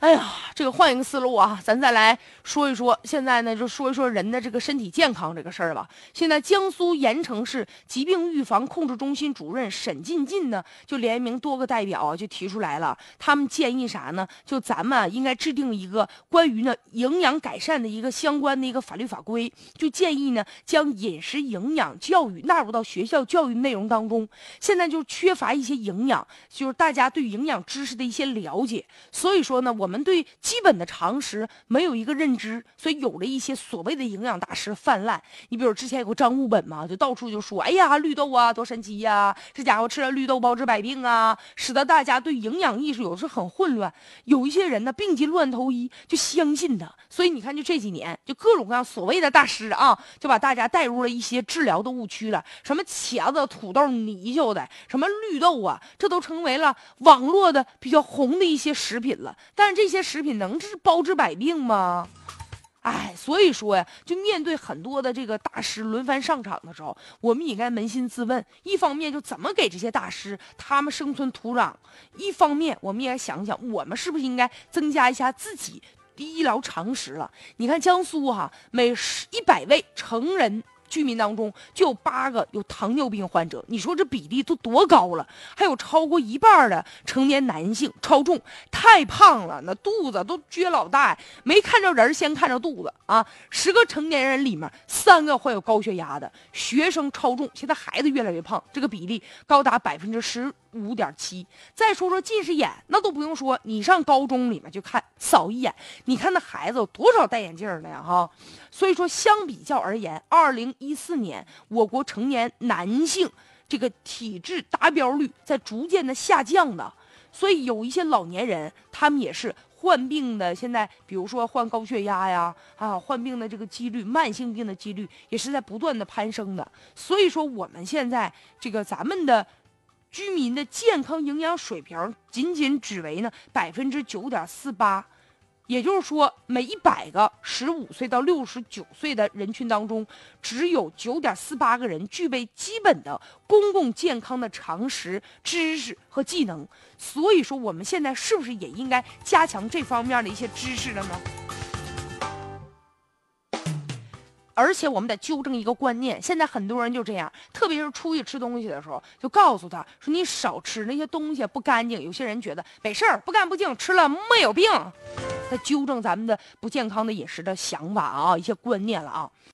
哎呀，这个换一个思路啊，咱再来说一说。现在呢，就说一说人的这个身体健康这个事儿吧。现在江苏盐城市疾病预防控制中心主任沈进进呢，就联名多个代表就提出来了，他们建议啥呢？就咱们应该制定一个关于呢营养改善的一个相关的一个法律法规，就建议呢将饮食营养教育纳入到学校教育内容当中。现在就缺乏一些营养，就是大家对营养知识的一些了解，所以说呢，我们对基本的常识没有一个认知，所以有了一些所谓的营养大师泛滥。你比如之前有个张悟本嘛，就到处就说，哎呀，绿豆啊多神奇呀，这家伙吃了绿豆包治百病啊，使得大家对营养意识有时很混乱。有一些人呢病急乱投医，就相信他，所以你看，就这几年，就各种各样所谓的大师啊，就把大家带入了一些治疗的误区了，什么茄子、土豆、泥鳅的，什么绿豆啊，这都成为了网络的比较红的一些食品了。但是这些食品能包治百病吗？哎，所以说呀，就面对很多的这个大师轮番上场的时候，我们也应该扪心自问：一方面就怎么给这些大师他们生存土壤；一方面我们也想想，我们是不是应该增加一下自己医疗常识了？你看江苏哈，每100位成人居民当中就有8个有糖尿病患者，你说这比例都多高了？还有超过一半的成年男性超重，太胖了，那肚子都撅老大，没看着人先看着肚子啊！10个成年人里面3个患有高血压的，学生超重，现在孩子越来越胖，这个比例高达15.7%。再说说近视眼，那都不用说，你上高中里面就看扫一眼，你看那孩子有多少戴眼镜的呀哈！所以说相比较而言，2014年我国成年男性这个体质达标率在逐渐的下降的，所以有一些老年人他们也是患病的，现在比如说患高血压呀患病的这个几率，慢性病的几率也是在不断的攀升的。所以说我们现在这个咱们的居民的健康营养水平仅只为呢9.48%。也就是说，每100个15岁到69岁的人群当中，只有9.48个人具备基本的公共健康的常识、知识和技能。所以说，我们现在是不是也应该加强这方面的一些知识了呢？而且我们得纠正一个观念，现在很多人就这样，特别是出去吃东西的时候，就告诉他说你少吃那些东西不干净。有些人觉得没事儿，不干不净，吃了没有病。在纠正咱们的不健康的饮食的想法啊，一些观念了啊。